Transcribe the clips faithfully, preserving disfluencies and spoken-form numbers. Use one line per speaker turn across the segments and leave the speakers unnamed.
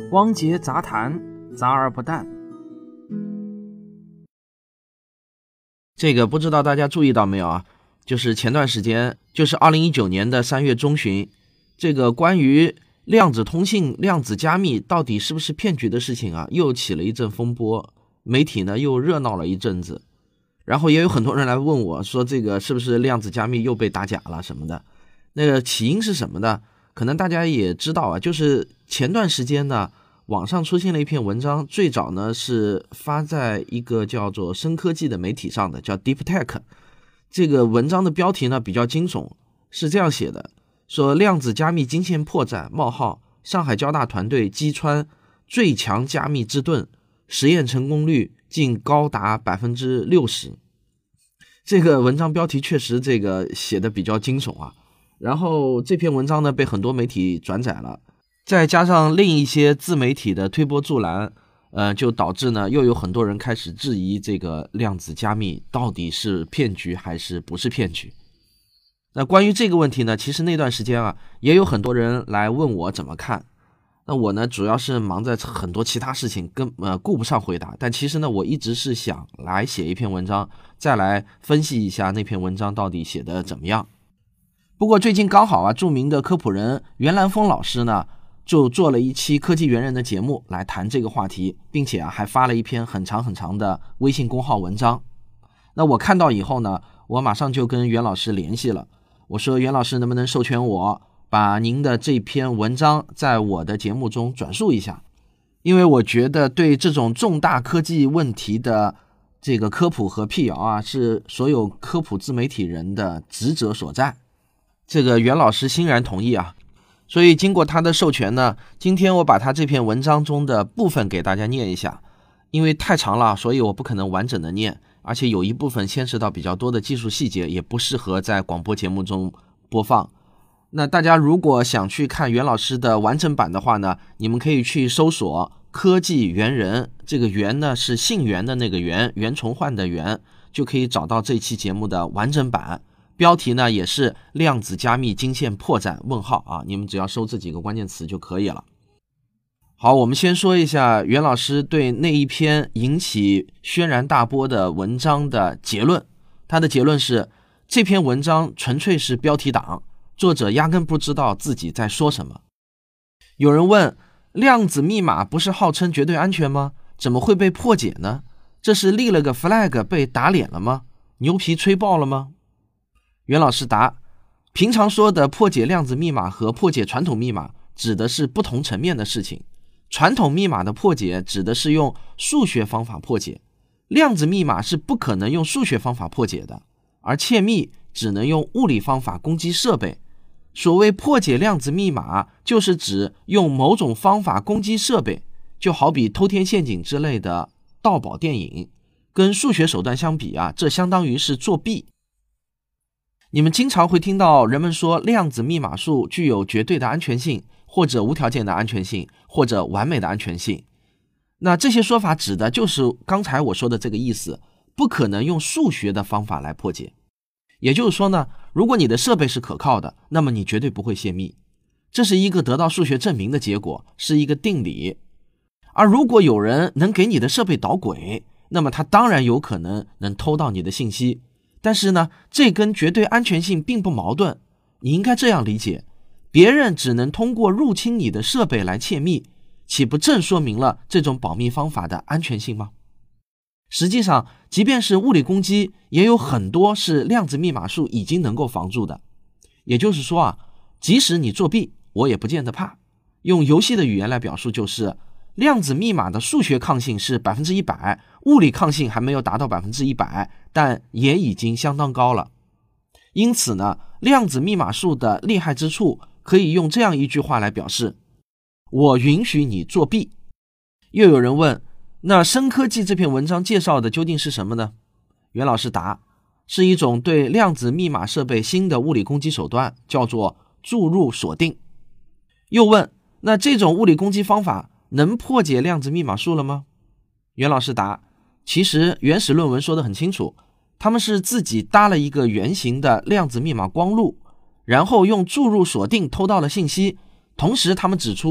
汪杰杂谈，杂而不淡。这个不知道大家注意到没有啊？就是前段时间，就是二零一九年的三月中旬，这个关于量子通信、量子加密到底是不是骗局的事情啊，又起了一阵风波，媒体呢又热闹了一阵子。然后也有很多人来问我说，这个是不是量子加密又被打假了什么的？那个起因是什么呢？可能大家也知道啊，就是前段时间呢，网上出现了一篇文章，最早呢是发在一个叫做深科技的媒体上的，叫 Deep Tech。 这个文章的标题呢比较惊悚，是这样写的，说量子加密惊现破绽冒号上海交大团队击穿最强加密之盾，实验成功率竟高达 百分之六十。 这个文章标题确实这个写的比较惊悚啊。然后这篇文章呢被很多媒体转载了，再加上另一些自媒体的推波助澜，呃，就导致呢又有很多人开始质疑这个量子加密到底是骗局还是不是骗局。那关于这个问题呢，其实那段时间啊也有很多人来问我怎么看。那我呢主要是忙在很多其他事情，跟呃顾不上回答。但其实呢我一直是想来写一篇文章，再来分析一下那篇文章到底写的怎么样。不过最近刚好啊，著名的科普人袁兰峰老师呢，就做了一期科技猿人的节目来谈这个话题，并且啊还发了一篇很长很长的微信公号文章。那我看到以后呢，我马上就跟袁老师联系了，我说袁老师能不能授权我把您的这篇文章在我的节目中转述一下，因为我觉得对这种重大科技问题的这个科普和辟谣啊，是所有科普自媒体人的职责所在。这个袁老师欣然同意啊，所以经过他的授权呢，今天我把他这篇文章中的部分给大家念一下，因为太长了，所以我不可能完整的念，而且有一部分牵涉到比较多的技术细节，也不适合在广播节目中播放。那大家如果想去看袁老师的完整版的话呢，你们可以去搜索科技猿人，这个猿呢是姓袁的那个袁，袁崇焕的袁，就可以找到这期节目的完整版。标题呢也是量子加密惊现破绽问号啊，你们只要搜这几个关键词就可以了。好，我们先说一下袁老师对那一篇引起轩然大波的文章的结论。他的结论是，这篇文章纯粹是标题党，作者压根不知道自己在说什么。有人问，量子密码不是号称绝对安全吗？怎么会被破解呢？这是立了个 flag 被打脸了吗？牛皮吹爆了吗？袁老师答，平常说的破解量子密码和破解传统密码指的是不同层面的事情。传统密码的破解指的是用数学方法破解，量子密码是不可能用数学方法破解的，而窃密只能用物理方法攻击设备。所谓破解量子密码，就是指用某种方法攻击设备，就好比偷天陷阱之类的盗宝电影，跟数学手段相比啊，这相当于是作弊。你们经常会听到人们说量子密码术具有绝对的安全性，或者无条件的安全性，或者完美的安全性。那这些说法指的就是刚才我说的这个意思，不可能用数学的方法来破解。也就是说呢，如果你的设备是可靠的，那么你绝对不会泄密，这是一个得到数学证明的结果，是一个定理。而如果有人能给你的设备捣鬼，那么他当然有可能能偷到你的信息。但是呢，这跟绝对安全性并不矛盾。你应该这样理解，别人只能通过入侵你的设备来窃密，岂不正说明了这种保密方法的安全性吗？实际上，即便是物理攻击，也有很多是量子密码术已经能够防住的。也就是说啊，即使你作弊，我也不见得怕。用游戏的语言来表述，就是量子密码的数学抗性是 百分之百， 物理抗性还没有达到 百分之百， 但也已经相当高了。因此呢，量子密码术的厉害之处可以用这样一句话来表示，我允许你作弊。又有人问，那深科技这篇文章介绍的究竟是什么呢？袁老师答，是一种对量子密码设备新的物理攻击手段，叫做注入锁定。又问，那这种物理攻击方法能破解量子密码术了吗？袁老师答，其实原始论文说得很清楚，他们是自己搭了一个圆形的量子密码光路，然后用注入锁定偷到了信息。同时他们指出，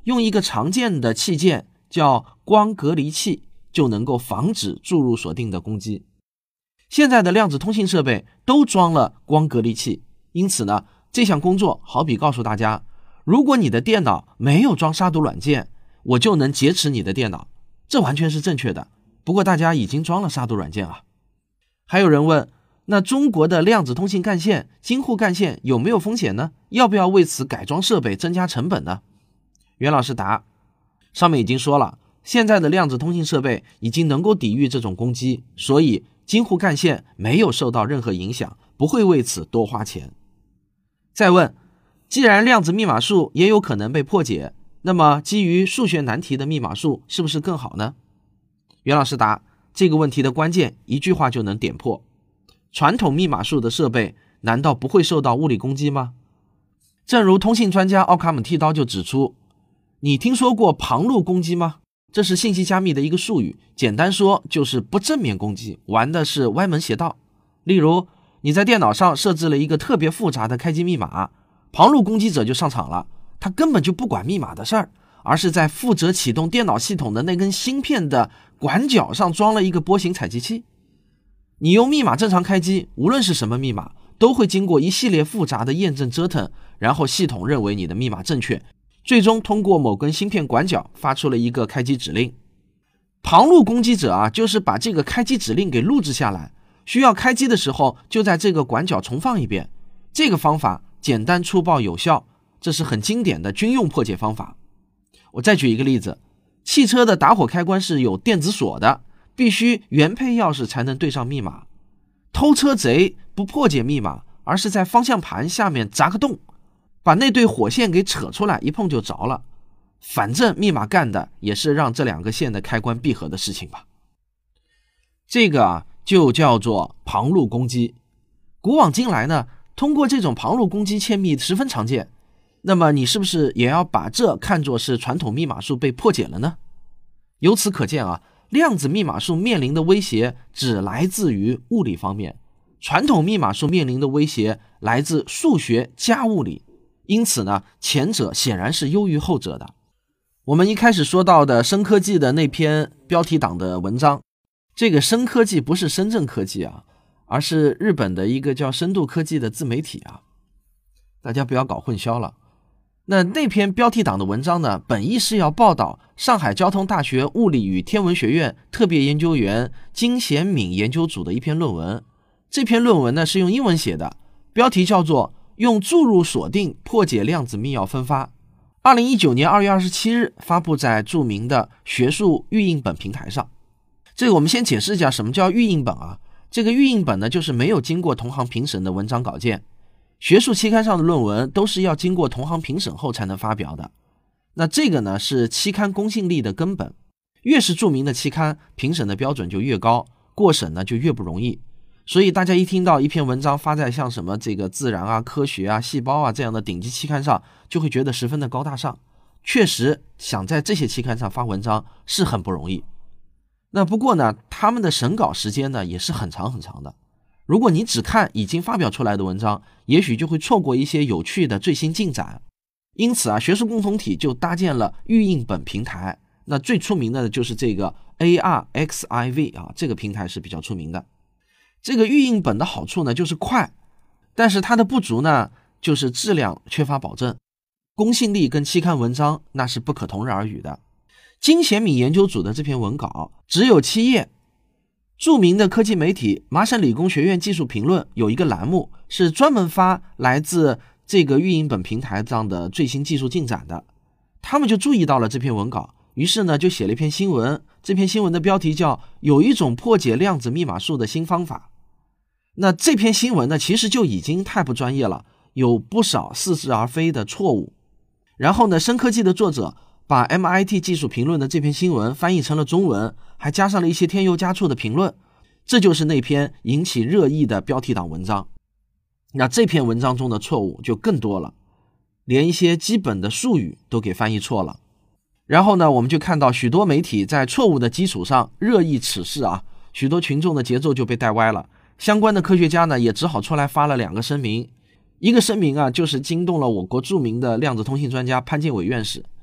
用一个常见的器件叫光隔离器就能够防止注入锁定的攻击。现在的量子通信设备都装了光隔离器，因此呢，这项工作好比告诉大家，如果你的电脑没有装杀毒软件，我就能劫持你的电脑，这完全是正确的。不过大家已经装了杀毒软件啊。还有人问，那中国的量子通信干线、京沪干线有没有风险呢？要不要为此改装设备增加成本呢？袁老师答，上面已经说了，现在的量子通信设备已经能够抵御这种攻击，所以京沪干线没有受到任何影响，不会为此多花钱。再问，既然量子密码术也有可能被破解，那么基于数学难题的密码术是不是更好呢？袁老师答，这个问题的关键一句话就能点破，传统密码术的设备难道不会受到物理攻击吗？正如通信专家奥卡姆剃刀就指出，你听说过旁路攻击吗？这是信息加密的一个术语，简单说就是不正面攻击，玩的是歪门邪道。例如，你在电脑上设置了一个特别复杂的开机密码，旁路攻击者就上场了，他根本就不管密码的事儿，而是在负责启动电脑系统的那根芯片的管角上装了一个波形采集器。你用密码正常开机，无论是什么密码，都会经过一系列复杂的验证折腾，然后系统认为你的密码正确，最终通过某根芯片管角发出了一个开机指令。旁路攻击者啊，就是把这个开机指令给录制下来，需要开机的时候就在这个管角重放一遍。这个方法简单粗暴有效，这是很经典的军用破解方法。我再举一个例子，汽车的打火开关是有电子锁的，必须原配钥匙才能对上密码。偷车贼不破解密码，而是在方向盘下面砸个洞，把那对火线给扯出来，一碰就着了。反正密码干的也是让这两个线的开关闭合的事情吧。这个啊，就叫做旁路攻击。古往今来呢，通过这种旁路攻击窃密十分常见。那么你是不是也要把这看作是传统密码术被破解了呢？由此可见啊，量子密码术面临的威胁只来自于物理方面，传统密码术面临的威胁来自数学加物理，因此呢，前者显然是优于后者的。我们一开始说到的深科技的那篇标题党的文章，这个深科技不是深圳科技啊，而是日本的一个叫深度科技的自媒体啊，大家不要搞混淆了。那那篇标题党的文章呢，本意是要报道上海交通大学物理与天文学院特别研究员金贤敏研究组的一篇论文。这篇论文呢是用英文写的，标题叫做用注入锁定破解量子密钥分发。二零一九年二月二十七日发布在著名的学术预印本平台上。这个我们先解释一下什么叫预印本啊？这个预印本呢，就是没有经过同行评审的文章稿件。学术期刊上的论文都是要经过同行评审后才能发表的，那这个呢是期刊公信力的根本，越是著名的期刊，评审的标准就越高，过审呢就越不容易。所以大家一听到一篇文章发在像什么这个自然啊、科学啊、细胞啊这样的顶级期刊上，就会觉得十分的高大上。确实想在这些期刊上发文章是很不容易。那不过呢，他们的审稿时间呢也是很长很长的。如果你只看已经发表出来的文章，也许就会错过一些有趣的最新进展。因此啊，学术共同体就搭建了预印本平台。那最出名的就是这个 A R X I V 啊，这个平台是比较出名的。这个预印本的好处呢就是快，但是它的不足呢就是质量缺乏保证，公信力跟期刊文章那是不可同日而语的。金贤敏研究组的这篇文稿只有七页。著名的科技媒体麻省理工学院技术评论有一个栏目是专门发来自这个预印本平台上的最新技术进展的，他们就注意到了这篇文稿，于是呢就写了一篇新闻。这篇新闻的标题叫有一种破解量子密码术的新方法。那这篇新闻呢其实就已经太不专业了，有不少似是而非的错误。然后呢，深科技的作者把 M I T 技术评论的这篇新闻翻译成了中文，还加上了一些添油加醋的评论，这就是那篇引起热议的标题党文章。那这篇文章中的错误就更多了，连一些基本的术语都给翻译错了。然后呢，我们就看到许多媒体在错误的基础上热议此事啊，许多群众的节奏就被带歪了。相关的科学家呢也只好出来发了两个声明。一个声明啊，就是惊动了我国著名的量子通信专家潘建伟院士。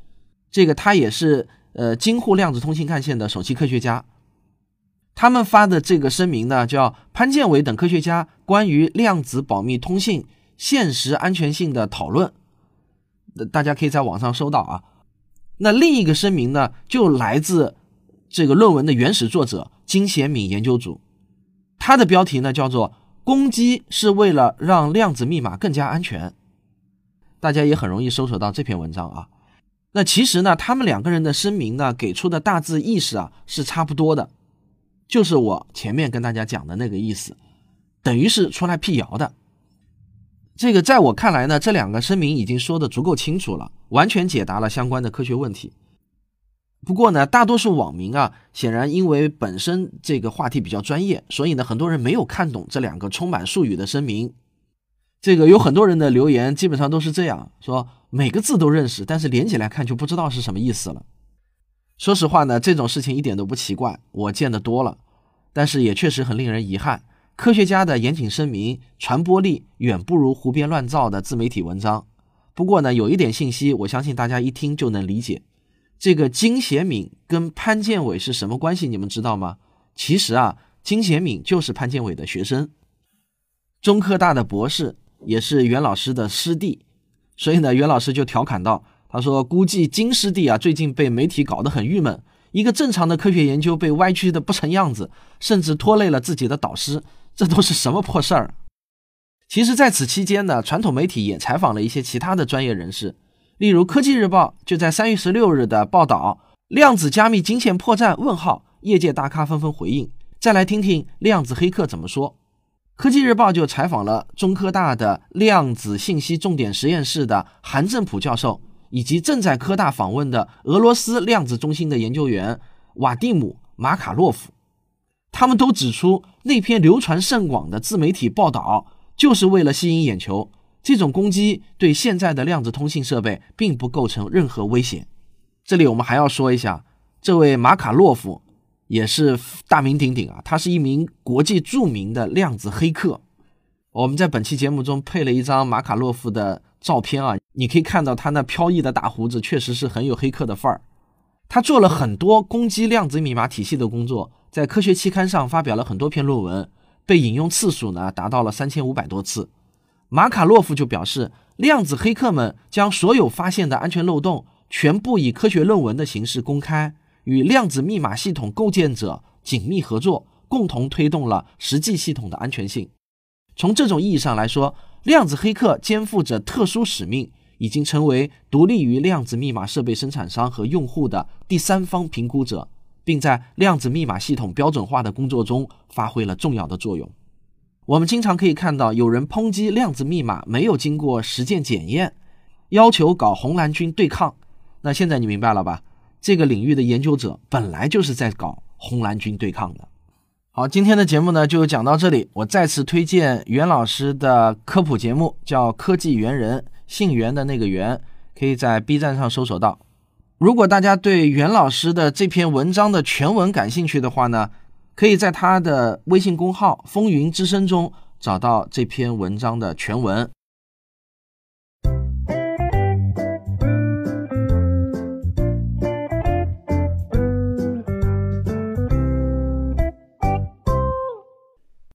这个他也是呃京沪量子通信干线的首席科学家。他们发的这个声明呢，叫潘建伟等科学家关于量子保密通信现实安全性的讨论，大家可以在网上搜到啊。那另一个声明呢，就来自这个论文的原始作者金贤敏研究组，他的标题呢叫做攻击是为了让量子密码更加安全。大家也很容易搜索到这篇文章啊。那其实呢，他们两个人的声明呢，给出的大致意思啊是差不多的，就是我前面跟大家讲的那个意思，等于是出来辟谣的。这个在我看来呢，这两个声明已经说得足够清楚了，完全解答了相关的科学问题。不过呢，大多数网民啊，显然因为本身这个话题比较专业，所以呢，很多人没有看懂这两个充满术语的声明。这个有很多人的留言基本上都是这样说，每个字都认识，但是连起来看就不知道是什么意思了。说实话呢，这种事情一点都不奇怪，我见得多了，但是也确实很令人遗憾。科学家的严谨声明传播力远不如胡编乱造的自媒体文章。不过呢，有一点信息我相信大家一听就能理解，这个金贤敏跟潘建伟是什么关系你们知道吗？其实啊，金贤敏就是潘建伟的学生，中科大的博士，也是袁老师的师弟。所以呢，袁老师就调侃道，他说估计金师弟啊最近被媒体搞得很郁闷，一个正常的科学研究被歪曲的不成样子，甚至拖累了自己的导师，这都是什么破事儿？其实在此期间呢，传统媒体也采访了一些其他的专业人士，例如科技日报就在三月十六日的报道量子加密金线破绽问号，业界大咖纷纷回应。再来听听量子黑客怎么说。科技日报就采访了中科大的量子信息重点实验室的韩正普教授，以及正在科大访问的俄罗斯量子中心的研究员瓦蒂姆·马卡洛夫。他们都指出，那篇流传甚广的自媒体报道就是为了吸引眼球，这种攻击对现在的量子通信设备并不构成任何威胁。这里我们还要说一下，这位马卡洛夫也是大名鼎鼎啊，他是一名国际著名的量子黑客。我们在本期节目中配了一张马卡洛夫的照片啊，你可以看到他那飘逸的大胡子确实是很有黑客的范儿。他做了很多攻击量子密码体系的工作，在科学期刊上发表了很多篇论文，被引用次数呢达到了三千五百多次。马卡洛夫就表示，量子黑客们将所有发现的安全漏洞全部以科学论文的形式公开，与量子密码系统构建者紧密合作，共同推动了实际系统的安全性。从这种意义上来说，量子黑客肩负着特殊使命，已经成为独立于量子密码设备生产商和用户的第三方评估者，并在量子密码系统标准化的工作中发挥了重要的作用。我们经常可以看到有人抨击量子密码没有经过实践检验，要求搞红蓝军对抗。那现在你明白了吧？这个领域的研究者本来就是在搞红蓝军对抗的。好，今天的节目呢就讲到这里。我再次推荐袁老师的科普节目，叫科技猿人，姓袁的那个袁，可以在 B 站上搜索到。如果大家对袁老师的这篇文章的全文感兴趣的话呢，可以在他的微信公号风云之声中找到这篇文章的全文。